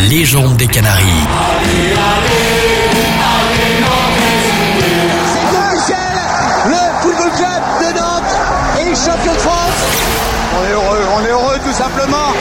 légende des Canaries. C'est Michel, le Football Club de Nantes est champion de France. On est heureux tout simplement.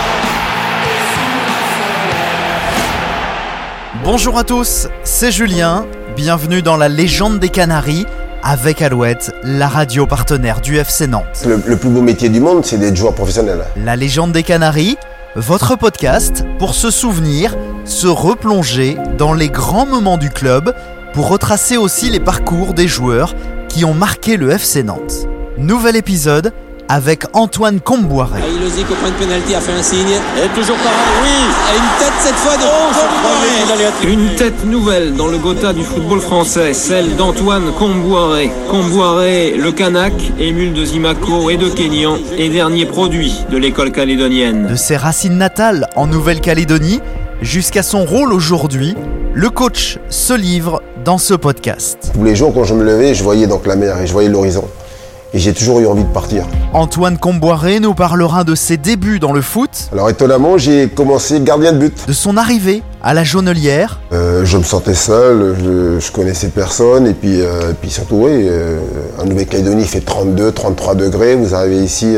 Bonjour à tous, c'est Julien, bienvenue dans la légende des Canaries avec Alouette, la radio partenaire du FC Nantes. Le plus beau métier du monde, c'est d'être joueur professionnel. La légende des Canaries, votre podcast pour se souvenir, se replonger dans les grands moments du club pour retracer aussi les parcours des joueurs qui ont marqué le FC Nantes. Nouvel épisode avec Antoine Kombouaré. Ilozic au point de pénalty a fait un signe. Et toujours pareil, oui. Et une tête cette fois de Kombouaré. Une tête nouvelle dans le Gotha du football français, celle d'Antoine Kombouaré. Kombouaré, le Kanak, émule de Zimaco et de Kenyan, et dernier produit de l'école calédonienne. De ses racines natales en Nouvelle-Calédonie jusqu'à son rôle aujourd'hui, le coach se livre dans ce podcast. Tous les jours quand je me levais, je voyais donc la mer et je voyais l'horizon. Et j'ai toujours eu envie de partir. Antoine Kombouaré nous parlera de ses débuts dans le foot. Alors étonnamment, j'ai commencé gardien de but. De son arrivée à la Jaunelière. Je me sentais seul, je connaissais personne. Et puis surtout, oui, en Nouvelle-Calédonie, il fait 32, 33 degrés. Vous arrivez ici,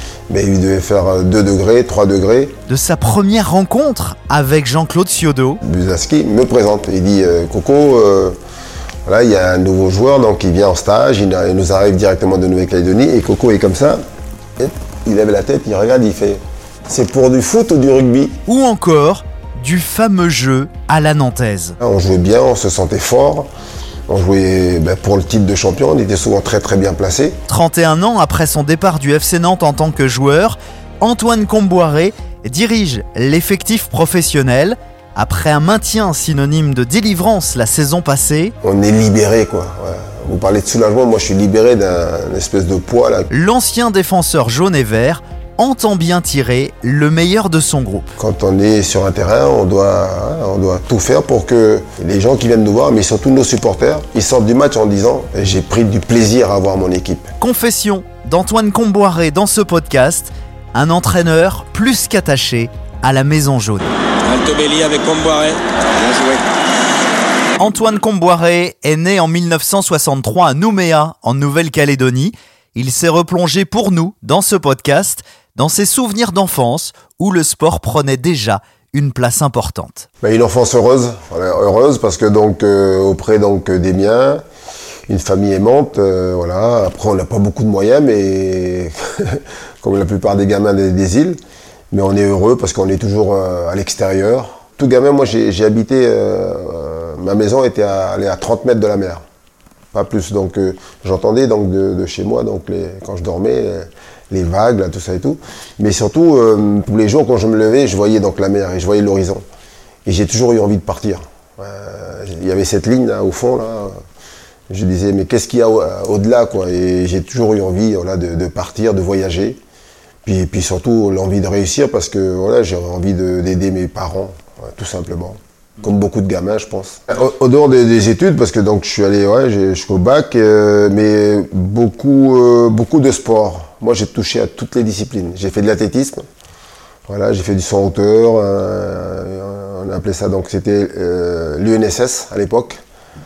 il devait faire 2 degrés, 3 degrés. De sa première rencontre avec Jean-Claude Ciodo. Buzaski me présente. Il dit Coco, voilà, il y a un nouveau joueur donc il vient en stage, il nous arrive directement de Nouvelle-Calédonie et Coco est comme ça, et il lève la tête, il regarde, il fait « C'est pour du foot ou du rugby ?» Ou encore du fameux jeu à la nantaise. On jouait bien, on se sentait fort, on jouait pour le titre de champion, on était souvent très très bien placés. 31 ans après son départ du FC Nantes en tant que joueur, Antoine Kombouaré dirige l'effectif professionnel. Après un maintien synonyme de délivrance la saison passée, on est libéré quoi. Ouais. Vous parlez de soulagement, moi je suis libéré d'un espèce de poids là. L'ancien défenseur jaune et vert entend bien tirer le meilleur de son groupe. Quand on est sur un terrain, on doit tout faire pour que les gens qui viennent nous voir, mais surtout nos supporters, ils sortent du match en disant « J'ai pris du plaisir à voir mon équipe ». Confession d'Antoine Kombouaré dans ce podcast, un entraîneur plus qu'attaché à la Maison Jaune. Altobelli avec Kombouaré. Bien joué. Antoine Kombouaré est né en 1963 à Nouméa, en Nouvelle-Calédonie. Il s'est replongé pour nous, dans ce podcast, dans ses souvenirs d'enfance où le sport prenait déjà une place importante. Une enfance heureuse, heureuse parce que auprès des miens, une famille aimante, voilà. Après on n'a pas beaucoup de moyens, mais comme la plupart des gamins des îles. Mais on est heureux parce qu'on est toujours à l'extérieur. Tout gamin, moi j'ai habité, ma maison était à 30 mètres de la mer, pas plus. Donc j'entendais de chez moi, quand je dormais, les vagues, là, tout ça et tout. Mais surtout, tous les jours quand je me levais, je voyais donc la mer et je voyais l'horizon. Et j'ai toujours eu envie de partir. Il y avait cette ligne là, au fond, là. Je disais, mais qu'est-ce qu'il y a au-delà quoi. Et j'ai toujours eu envie de partir, de voyager. Et puis surtout l'envie de réussir parce que voilà, j'ai envie d'aider mes parents, tout simplement. Comme beaucoup de gamins, je pense. Au dehors des études, parce que je suis allé jusqu'au bac, mais beaucoup de sport. Moi, j'ai touché à toutes les disciplines. J'ai fait de l'athlétisme, voilà, j'ai fait du saut en hauteur, on appelait ça, c'était l'UNSS à l'époque,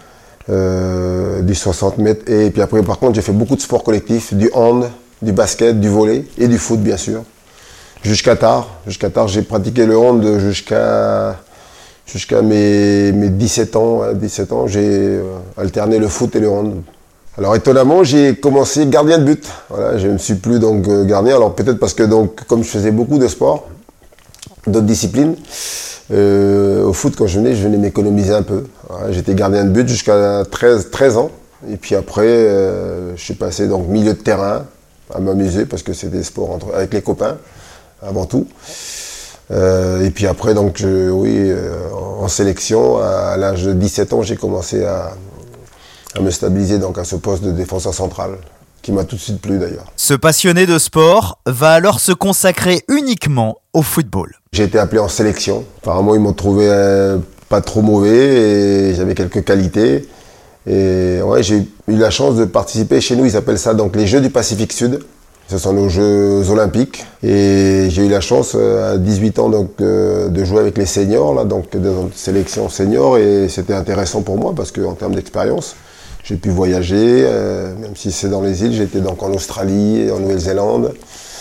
du 60 mètres. Et puis après, par contre, j'ai fait beaucoup de sports collectifs, du hand, du basket, du volley et du foot bien sûr. Jusqu'à tard, j'ai pratiqué le hand jusqu'à mes 17 ans. 17 ans, j'ai alterné le foot et le hand. Alors étonnamment, j'ai commencé gardien de but. Voilà, je ne suis plus gardien. Alors peut-être parce que comme je faisais beaucoup de sports, d'autres disciplines, au foot quand je venais m'économiser un peu. Voilà, j'étais gardien de but jusqu'à 13 ans. Et puis après, je suis passé milieu de terrain, à m'amuser parce que c'est des sports avec les copains avant tout. Et puis après en sélection à l'âge de 17 ans j'ai commencé à me stabiliser à ce poste de défenseur central qui m'a tout de suite plu d'ailleurs. Ce passionné de sport va alors se consacrer uniquement au football. J'ai été appelé en sélection. Apparemment ils m'ont trouvé pas trop mauvais et j'avais quelques qualités. Et j'ai eu la chance de participer chez nous, ils appellent ça les Jeux du Pacifique Sud. Ce sont nos Jeux Olympiques. Et j'ai eu la chance à 18 ans donc, de jouer avec les seniors, là, donc dans une sélection senior. Et c'était intéressant pour moi parce qu'en termes d'expérience, j'ai pu voyager, même si c'est dans les îles. J'étais donc en Australie, en Nouvelle-Zélande,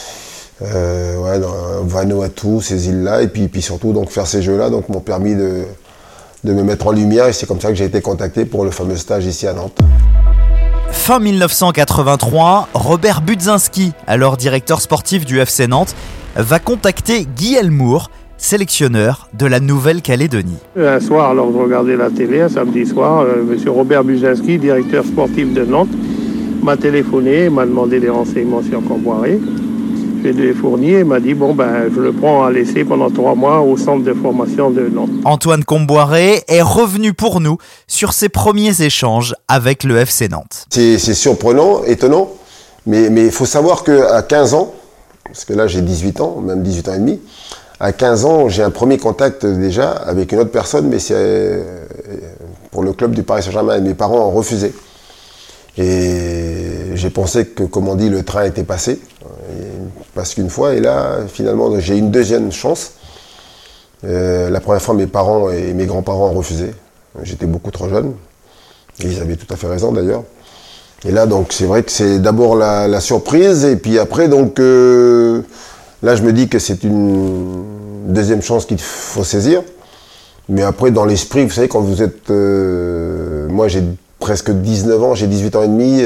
dans Vanuatu, ces îles-là. Et puis surtout donc, faire ces Jeux-là m'ont permis de me mettre en lumière. Et c'est comme ça que j'ai été contacté pour le fameux stage ici à Nantes. Fin 1983, Robert Budzinski, alors directeur sportif du FC Nantes, va contacter Guy Elmour, sélectionneur de la Nouvelle-Calédonie. Un soir, alors je regardais la télé, un samedi soir, monsieur Robert Budzinski, directeur sportif de Nantes, m'a téléphoné, m'a demandé des renseignements sur Comboiré. Je lui ai fourni et m'a dit, je le prends à l'essai pendant 3 mois au centre de formation de Nantes. Antoine Comboiré est revenu pour nous sur ses premiers échanges avec le FC Nantes. C'est surprenant, étonnant, mais il faut savoir qu'à 15 ans, parce que là j'ai 18 ans, même 18 ans et demi, à 15 ans j'ai un premier contact déjà avec une autre personne, mais c'est pour le club du Paris Saint-Germain et mes parents ont refusé. Et j'ai pensé que, comme on dit, le train était passé. Parce qu'une fois, et là, finalement, j'ai eu une deuxième chance. La première fois, mes parents et mes grands-parents ont refusé. J'étais beaucoup trop jeune. Et ils avaient tout à fait raison, d'ailleurs. Et là, donc, c'est vrai que c'est d'abord la surprise. Et puis après, donc, là, je me dis que c'est une deuxième chance qu'il faut saisir. Mais après, dans l'esprit, vous savez, quand vous êtes... moi, j'ai presque 19 ans, j'ai 18 ans et demi.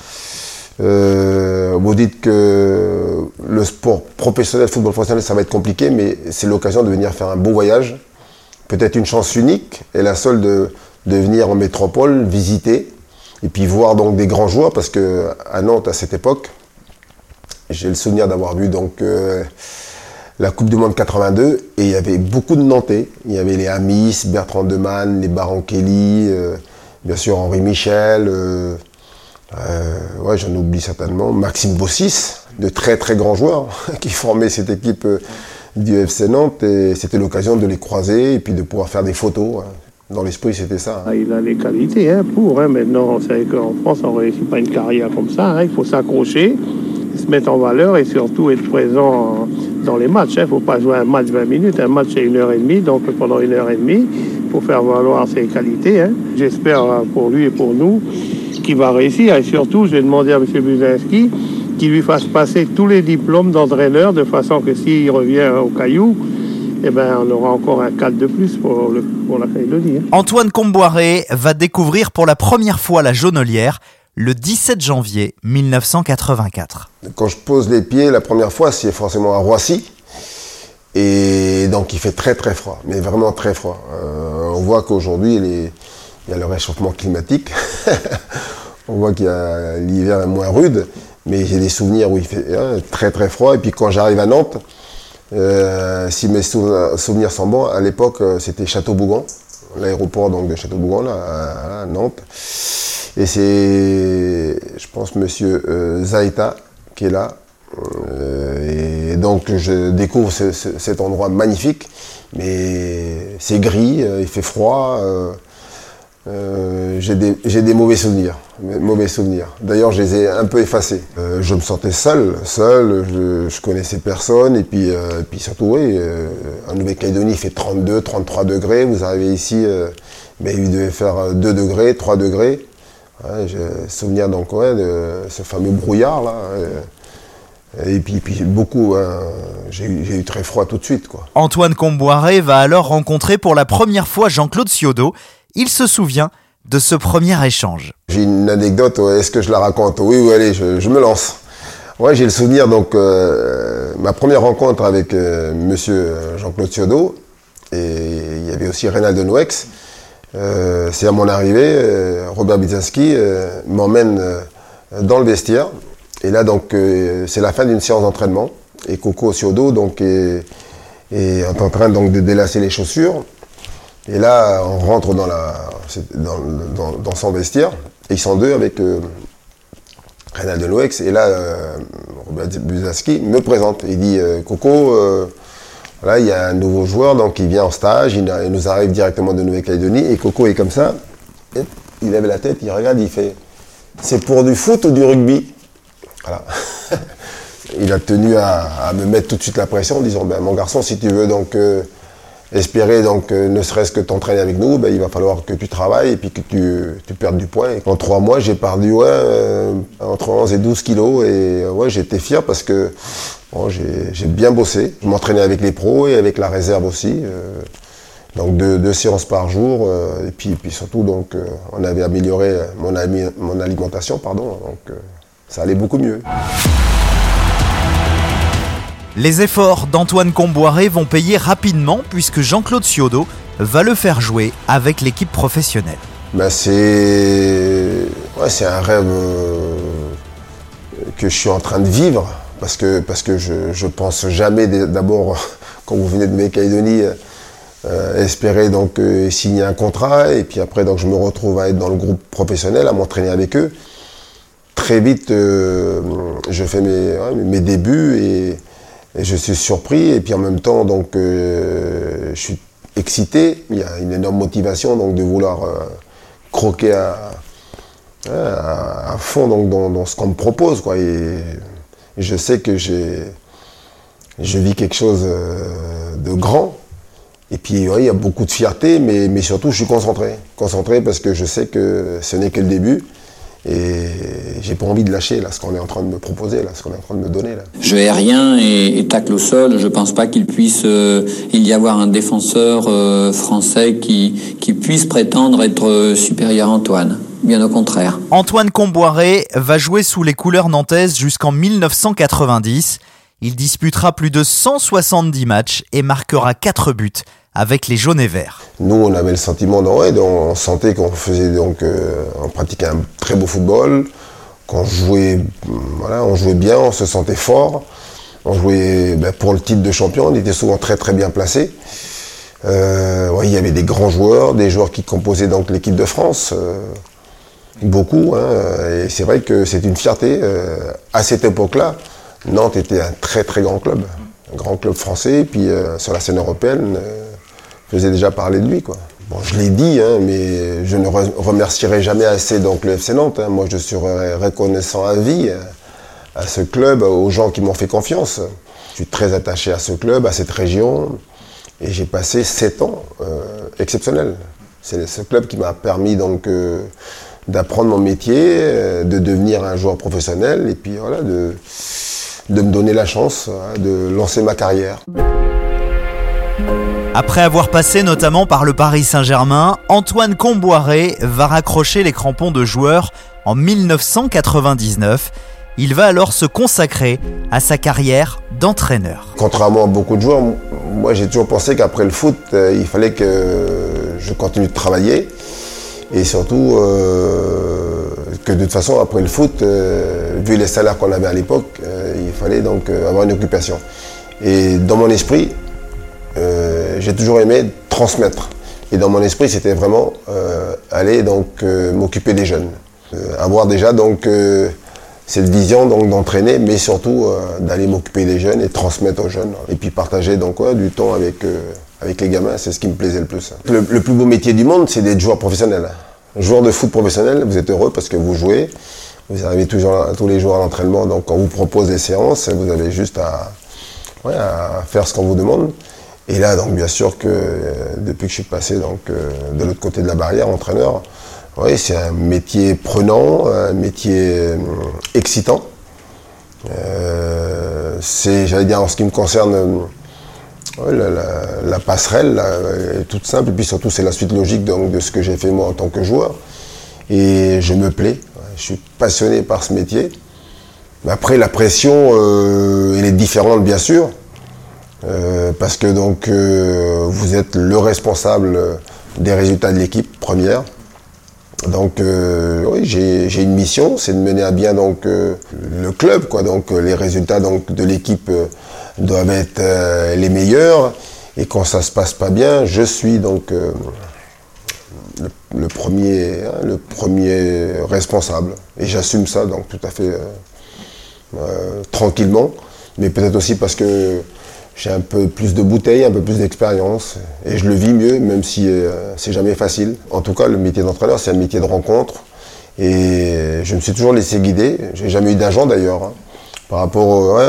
Vous dites que le sport professionnel, le football professionnel, ça va être compliqué, mais c'est l'occasion de venir faire un beau voyage. Peut-être une chance unique, et la seule de venir en métropole, visiter, et puis voir donc des grands joueurs, parce qu'à Nantes, à cette époque, j'ai le souvenir d'avoir vu donc la Coupe du Monde 82, et il y avait beaucoup de Nantais. Il y avait les Amis, Bertrand Demann, les Baron Kelly, bien sûr Henri Michel, j'en oublie certainement, Maxime Bossis, de très très grands joueurs qui formaient cette équipe du FC Nantes, et c'était l'occasion de les croiser et puis de pouvoir faire des photos. Dans l'esprit, c'était ça. Il a les qualités pour. Maintenant, c'est vrai qu'en France, on ne réussit pas une carrière comme ça. Il faut s'accrocher, se mettre en valeur et surtout être présent dans les matchs. Il ne faut pas jouer un match 20 minutes. Un match, c'est 1h30. Donc, pendant 1h30, il faut faire valoir ses qualités. J'espère pour lui et pour nous qu'il va réussir. Et surtout, j'ai demandé à M. Budzinski qu'il lui fasse passer tous les diplômes d'entraîneur de façon que s'il revient au Caillou, on aura encore un cadre de plus pour la Calédonie. Antoine Comboiré va découvrir pour la première fois la Jaunelière le 17 janvier 1984. Quand je pose les pieds la première fois, c'est forcément à Roissy. Et donc il fait très très froid, mais vraiment très froid. On voit qu'aujourd'hui, il y a le réchauffement climatique. On voit que l'hiver est moins rude, mais j'ai des souvenirs où il fait très très froid. Et puis quand j'arrive à Nantes, si mes souvenirs sont bons, à l'époque c'était Château-Bougon, l'aéroport donc de Château-Bougon là, à Nantes. Et c'est, je pense, monsieur Zaïta qui est là. Et donc je découvre cet endroit magnifique, mais c'est gris, il fait froid. J'ai des mauvais souvenirs. D'ailleurs, je les ai un peu effacés. Je me sentais seul, je connaissais personne, et puis surtout, en Nouvelle-Calédonie, il fait 32, 33 degrés. Vous arrivez ici, il devait faire 2 degrés, 3 degrés. J'ai souvenir donc de ce fameux brouillard là. Et puis beaucoup, j'ai eu très froid tout de suite, quoi. Antoine Comboiré va alors rencontrer pour la première fois Jean-Claude Ciodo. Il se souvient de ce premier échange. J'ai une anecdote, est-ce que je la raconte ? Oui, allez, je me lance. Ouais, j'ai le souvenir, donc, ma première rencontre avec monsieur Jean-Claude Ciodo, et il y avait aussi Reynald Nouex. C'est à mon arrivée, Robert Budzinski m'emmène dans le vestiaire. Et là, donc, c'est la fin d'une séance d'entraînement. Et Coco Ciodo, donc, est en train donc, de délasser les chaussures. Et là, on rentre dans son vestiaire. Et ils sont deux avec Reynald Nouex. Et là, Robert Budzinski me présente. Il dit Coco, voilà, il y a un nouveau joueur, donc il vient en stage. Il nous arrive directement de Nouvelle-Calédonie. Et Coco est comme ça. Et il lève la tête, il regarde, il fait c'est pour du foot ou du rugby ? Voilà. il a tenu à me mettre tout de suite la pression en disant mon garçon, si tu veux donc espérer donc ne serait-ce que t'entraîner avec nous, il va falloir que tu travailles et puis que tu perdes du poids. Et en 3 mois, j'ai perdu entre 11 et 12 kilos et j'étais fier parce que j'ai bien bossé. Je m'entraînais avec les pros et avec la réserve aussi. Donc 2 séances par jour et puis surtout donc on avait amélioré mon alimentation, donc ça allait beaucoup mieux. Les efforts d'Antoine Comboiré vont payer rapidement puisque Jean-Claude Ciodo va le faire jouer avec l'équipe professionnelle. C'est un rêve que je suis en train de vivre parce que je pense jamais d'abord quand vous venez de Nouvelle-Calédonie espérer donc signer un contrat et puis après donc je me retrouve à être dans le groupe professionnel, à m'entraîner avec eux. Très vite je fais mes débuts et je suis surpris et puis en même temps donc je suis excité. Il y a une énorme motivation donc de vouloir croquer à fond donc dans ce qu'on me propose quoi. Et je sais que je vis quelque chose de grand. Et puis il y a beaucoup de fierté, mais surtout je suis concentré parce que je sais que ce n'est que le début. Et j'ai pas envie de lâcher là, ce qu'on est en train de me proposer, là, ce qu'on est en train de me donner. Là. Jeu aérien et tacle au sol, je pense pas qu'il puisse y avoir un défenseur français qui puisse prétendre être supérieur à Antoine. Bien au contraire. Antoine Comboiré va jouer sous les couleurs nantaises jusqu'en 1990. Il disputera plus de 170 matchs et marquera 4 buts avec les jaunes et verts. Nous, on avait le sentiment, on sentait qu'on faisait on pratiquait un très beau football, qu'on jouait, on jouait bien, on se sentait fort, on jouait pour le titre de champion, on était souvent très très bien placés. Il y avait des grands joueurs, des joueurs qui composaient donc l'équipe de France, beaucoup, et c'est vrai que c'est une fierté. À cette époque-là, Nantes était un très très grand club français, et puis sur la scène européenne, faisait déjà parler de lui, quoi. Bon, je l'ai dit, mais je ne remercierai jamais assez donc le FC Nantes. Moi, je serai reconnaissant à vie à ce club, aux gens qui m'ont fait confiance. Je suis très attaché à ce club, à cette région, et j'ai passé 7 ans exceptionnels. C'est ce club qui m'a permis donc d'apprendre mon métier, de devenir un joueur professionnel, et puis voilà, de me donner la chance de lancer ma carrière. Après avoir passé notamment par le Paris Saint-Germain, Antoine Comboiré va raccrocher les crampons de joueur en 1999. Il va alors se consacrer à sa carrière d'entraîneur. Contrairement à beaucoup de joueurs, moi j'ai toujours pensé qu'après le foot, il fallait que je continue de travailler. Et surtout que de toute façon, après le foot, vu les salaires qu'on avait à l'époque, il fallait donc avoir une occupation. Et dans mon esprit, j'ai toujours aimé transmettre. Et dans mon esprit, c'était vraiment aller donc m'occuper des jeunes. Avoir déjà donc cette vision donc d'entraîner, mais surtout d'aller m'occuper des jeunes et transmettre aux jeunes. Et puis partager donc du temps avec les gamins, c'est ce qui me plaisait le plus. Le plus beau métier du monde, c'est d'être joueur professionnel. Joueur de foot professionnel, vous êtes heureux parce que vous jouez. Vous arrivez tous les jours à l'entraînement, donc on vous propose des séances, vous avez juste à faire ce qu'on vous demande. Et là, donc, bien sûr que depuis que je suis passé donc, de l'autre côté de la barrière, entraîneur, c'est un métier prenant, un métier excitant. J'allais dire, en ce qui me concerne, la passerelle est toute simple. Et puis surtout, c'est la suite logique donc, de ce que j'ai fait moi en tant que joueur. Et je me plais. Je suis passionné par ce métier. Mais après, la pression, elle est différente, bien sûr. Parce que donc vous êtes le responsable des résultats de l'équipe première. Donc j'ai une mission, c'est de mener à bien donc le club quoi. Donc les résultats donc de l'équipe doivent être les meilleurs et quand ça se passe pas bien, je suis donc le premier responsable et j'assume ça donc tout à fait tranquillement, mais peut-être aussi parce que j'ai un peu plus de bouteilles, un peu plus d'expérience et je le vis mieux, même si c'est jamais facile. En tout cas, le métier d'entraîneur, c'est un métier de rencontre et je me suis toujours laissé guider. J'ai jamais eu d'agent d'ailleurs, par rapport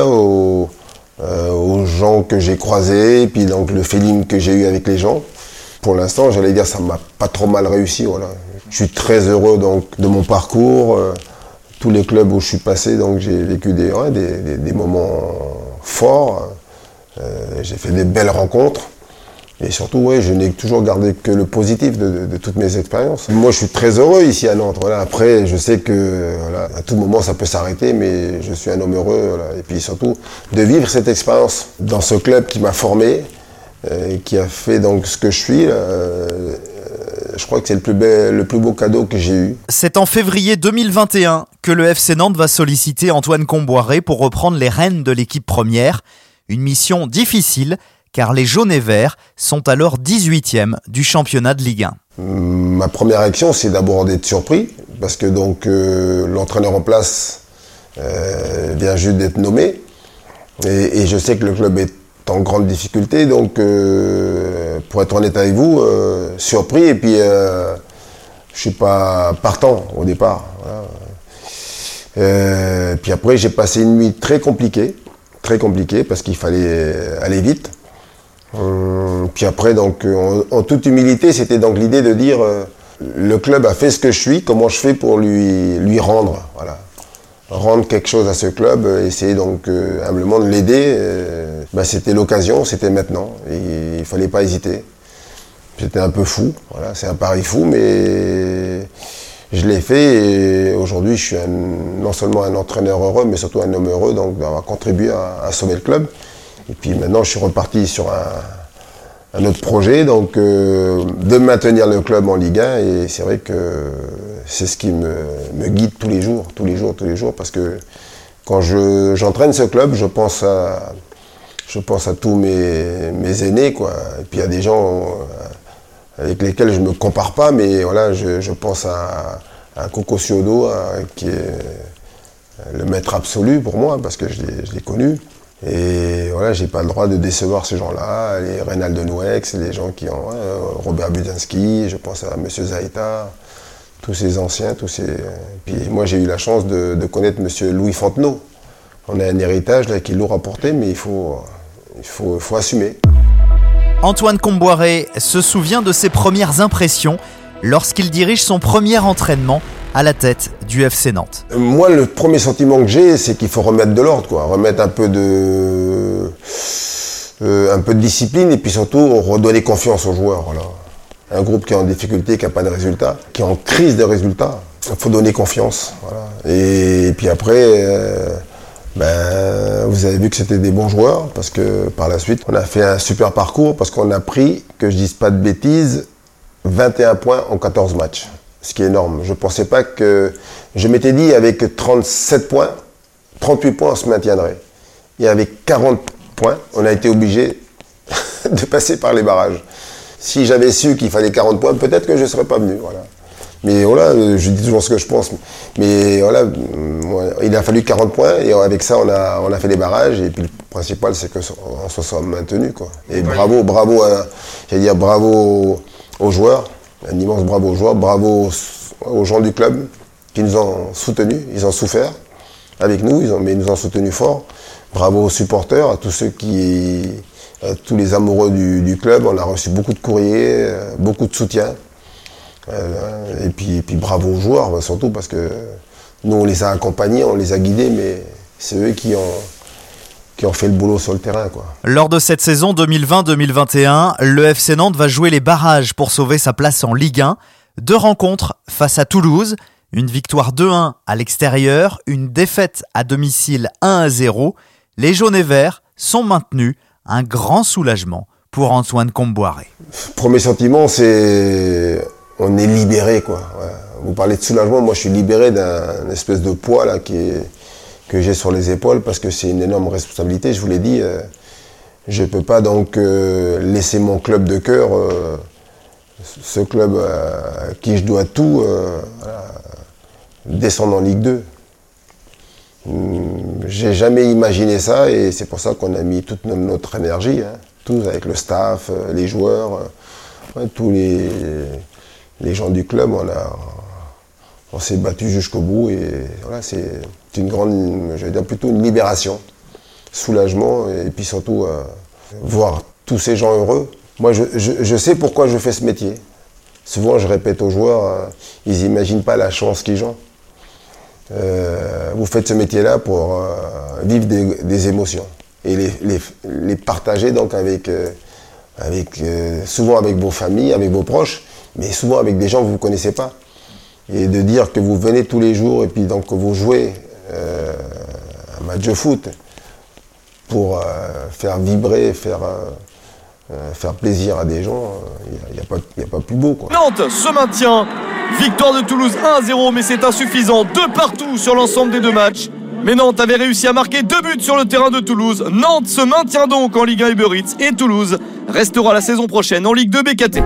aux gens que j'ai croisés, et puis donc le feeling que j'ai eu avec les gens. Pour l'instant, j'allais dire, ça m'a pas trop mal réussi. Voilà. Je suis très heureux donc, de mon parcours. Tous les clubs où je suis passé, donc j'ai vécu des moments forts. J'ai fait des belles rencontres. Et surtout, je n'ai toujours gardé que le positif de toutes mes expériences. Moi, je suis très heureux ici à Nantes. Voilà. Après, je sais que à tout moment, ça peut s'arrêter, mais je suis un homme heureux. Voilà. Et puis surtout, de vivre cette expérience dans ce club qui m'a formé, et qui a fait donc ce que je suis. Je crois que c'est le plus beau cadeau que j'ai eu. C'est en février 2021 que le FC Nantes va solliciter Antoine Kombouaré pour reprendre les rênes de l'équipe première. Une mission difficile, car les jaunes et verts sont alors 18e du championnat de Ligue 1. Ma première réaction, c'est d'abord d'être surpris, parce que donc l'entraîneur en place vient juste d'être nommé, et je sais que le club est en grande difficulté, donc pour être honnête avec vous, surpris, et puis je suis pas partant au départ. Voilà. Puis après, j'ai passé une nuit très compliquée, parce qu'il fallait aller vite. Puis après, donc, en toute humilité, c'était donc l'idée de dire le club a fait ce que je suis, comment je fais pour lui rendre, voilà. Rendre quelque chose à ce club, essayer donc humblement de l'aider. C'était l'occasion, c'était maintenant, et il fallait pas hésiter. J'étais un peu fou, voilà, c'est un pari fou, mais je l'ai fait, et aujourd'hui je suis non seulement un entraîneur heureux, mais surtout un homme heureux, donc d'avoir contribué à sauver le club. Et puis maintenant je suis reparti sur un autre projet, donc de maintenir le club en Ligue 1, et c'est vrai que c'est ce qui me guide tous les jours, parce que quand j'entraîne ce club, je pense à tous mes aînés, quoi. Et puis il y a des gens avec lesquels je ne me compare pas, mais voilà, je pense à Coco Ciodo, qui est le maître absolu pour moi, parce que je l'ai connu. Et voilà, j'ai pas le droit de décevoir ces gens-là, les Reynald Nouex, les gens qui ont Robert Budzinski, je pense à M. Zaïta, tous ces anciens, Puis moi j'ai eu la chance de connaître M. Louis Fontenot. On a un héritage là qui est lourd à porter, mais il faut assumer. Antoine Kombouaré se souvient de ses premières impressions lorsqu'il dirige son premier entraînement à la tête du FC Nantes. Moi, le premier sentiment que j'ai, c'est qu'il faut remettre de l'ordre, quoi. Remettre un peu de discipline, et puis surtout redonner confiance aux joueurs. Voilà. Un groupe qui est en difficulté, qui n'a pas de résultats, qui est en crise de résultats, il faut donner confiance. Voilà. Et puis après, vous avez vu que c'était des bons joueurs, parce que par la suite, on a fait un super parcours, parce qu'on a pris, que je dise pas de bêtises, 21 points en 14 matchs. Ce qui est énorme. Je ne pensais pas que... Je m'étais dit, avec 37 points, 38 points, on se maintiendrait. Et avec 40 points, on a été obligé de passer par les barrages. Si j'avais su qu'il fallait 40 points, peut-être que je ne serais pas venu. Voilà. Mais voilà, je dis toujours ce que je pense. Mais voilà, il a fallu 40 points, et avec ça, on a fait les barrages. Et puis le principal, c'est qu'on se soit maintenu, quoi. Et bravo aux joueurs. Un immense bravo aux joueurs, bravo aux gens du club qui nous ont soutenus, ils ont souffert avec nous, mais ils nous ont soutenus fort. Bravo aux supporters, à tous tous les amoureux du club. On a reçu beaucoup de courriers, beaucoup de soutien. Et puis bravo aux joueurs, surtout parce que nous on les a accompagnés, on les a guidés, mais c'est eux qui ont fait le boulot sur le terrain, quoi. Lors de cette saison 2020-2021, le FC Nantes va jouer les barrages pour sauver sa place en Ligue 1. 2 rencontres face à Toulouse, une victoire 2-1 à l'extérieur, une défaite à domicile 1-0. Les jaunes et verts sont maintenus, un grand soulagement pour Antoine Kombouaré. Premier sentiment, c'est on est libéré, quoi. Ouais. Vous parlez de soulagement, moi je suis libéré d'un espèce de poids là que j'ai sur les épaules, parce que c'est une énorme responsabilité. Je vous l'ai dit, je ne peux pas donc laisser mon club de cœur, ce club à qui je dois tout, descendre en Ligue 2. J'ai jamais imaginé ça, et c'est pour ça qu'on a mis toute notre énergie, tous avec le staff, les joueurs, tous les gens du club, on s'est battu jusqu'au bout, et voilà, une grande, je vais dire plutôt une libération, soulagement, et puis surtout voir tous ces gens heureux. Moi, je sais pourquoi je fais ce métier. Souvent, je répète aux joueurs, ils n'imaginent pas la chance qu'ils ont. Vous faites ce métier-là pour vivre des émotions et les partager donc souvent avec vos familles, avec vos proches, mais souvent avec des gens que vous ne connaissez pas. Et de dire que vous venez tous les jours et puis donc que vous jouez un match de foot pour faire vibrer, faire plaisir à des gens, il n'y a pas plus beau, quoi. Nantes se maintient. Victoire de Toulouse 1-0, mais c'est insuffisant. 2 partout sur l'ensemble des 2 matchs. Mais Nantes avait réussi à marquer 2 buts sur le terrain de Toulouse. Nantes se maintient donc en Ligue 1 Uber Eats et Toulouse restera la saison prochaine en Ligue 2 BKT.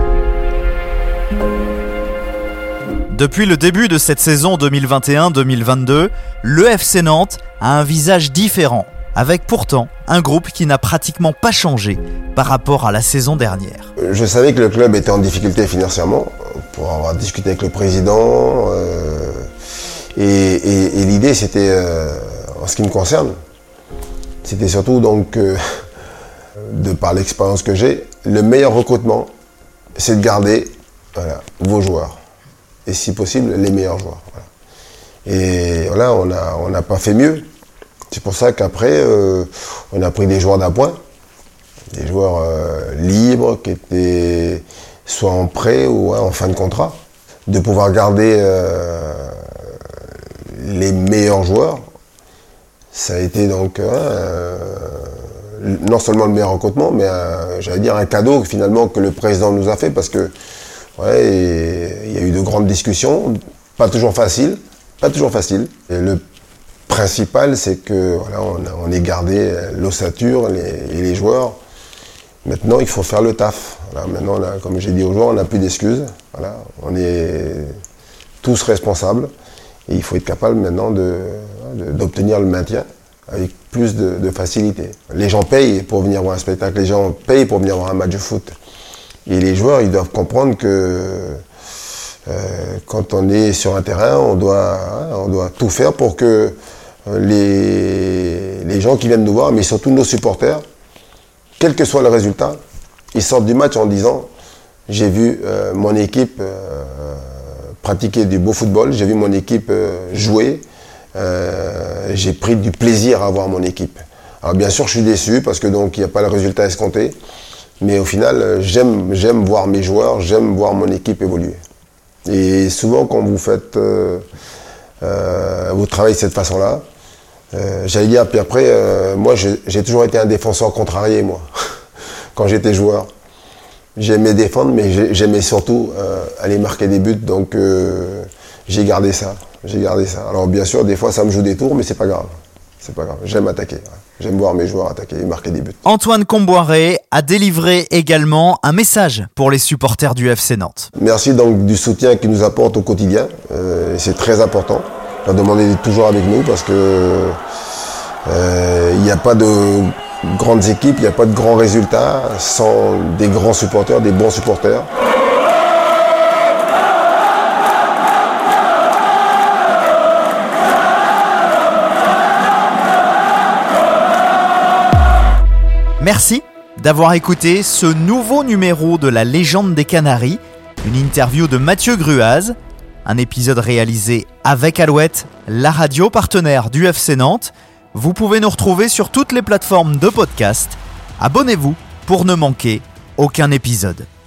Depuis le début de cette saison 2021-2022, le FC Nantes a un visage différent, avec pourtant un groupe qui n'a pratiquement pas changé par rapport à la saison dernière. Je savais que le club était en difficulté financièrement, pour avoir discuté avec le président, et l'idée c'était, en ce qui me concerne, c'était surtout donc, de par l'expérience que j'ai, le meilleur recrutement, c'est de garder vos joueurs. Et si possible, les meilleurs joueurs. Voilà. Et voilà, on n'a pas fait mieux. C'est pour ça qu'après, on a pris des joueurs d'appoint, des joueurs libres qui étaient soit en prêt ou en fin de contrat. De pouvoir garder les meilleurs joueurs, ça a été donc non seulement le meilleur recrutement, mais j'allais dire un cadeau finalement que le président nous a fait, parce que il y a eu de grandes discussions, pas toujours faciles. Et le principal, c'est que voilà, on ait gardé l'ossature et les joueurs. Maintenant, il faut faire le taf. Voilà, maintenant, là, comme j'ai dit aux joueurs, on n'a plus d'excuses. Voilà, on est tous responsables. Et il faut être capable maintenant d'obtenir le maintien avec plus de facilité. Les gens payent pour venir voir un spectacle, les gens payent pour venir voir un match de foot. Et les joueurs, ils doivent comprendre que quand on est sur un terrain, on doit tout faire pour que les gens qui viennent nous voir, mais surtout nos supporters, quel que soit le résultat, ils sortent du match en disant « J'ai vu mon équipe pratiquer du beau football, j'ai vu mon équipe jouer, j'ai pris du plaisir à voir mon équipe. » Alors bien sûr, je suis déçu parce que donc il n'y a pas le résultat escompté. Mais au final, j'aime voir mes joueurs, j'aime voir mon équipe évoluer. Et souvent, quand vous faites, vous travaillez de cette façon-là, j'allais dire, puis après, moi, j'ai toujours été un défenseur contrarié, moi, quand j'étais joueur. J'aimais défendre, mais j'aimais surtout aller marquer des buts, donc j'ai gardé ça. Alors bien sûr, des fois, ça me joue des tours, mais c'est pas grave. J'aime attaquer. J'aime voir mes joueurs attaquer et marquer des buts. Antoine Comboiré a délivré également un message pour les supporters du FC Nantes. Merci donc du soutien qu'ils nous apportent au quotidien. C'est très important. Leur demander d'être toujours avec nous parce que il n'y a pas de grandes équipes, il n'y a pas de grands résultats sans des grands supporters, des bons supporters. Merci d'avoir écouté ce nouveau numéro de La Légende des Canaries, une interview de Mathieu Gruaz, un épisode réalisé avec Alouette, la radio partenaire du FC Nantes. Vous pouvez nous retrouver sur toutes les plateformes de podcast. Abonnez-vous pour ne manquer aucun épisode.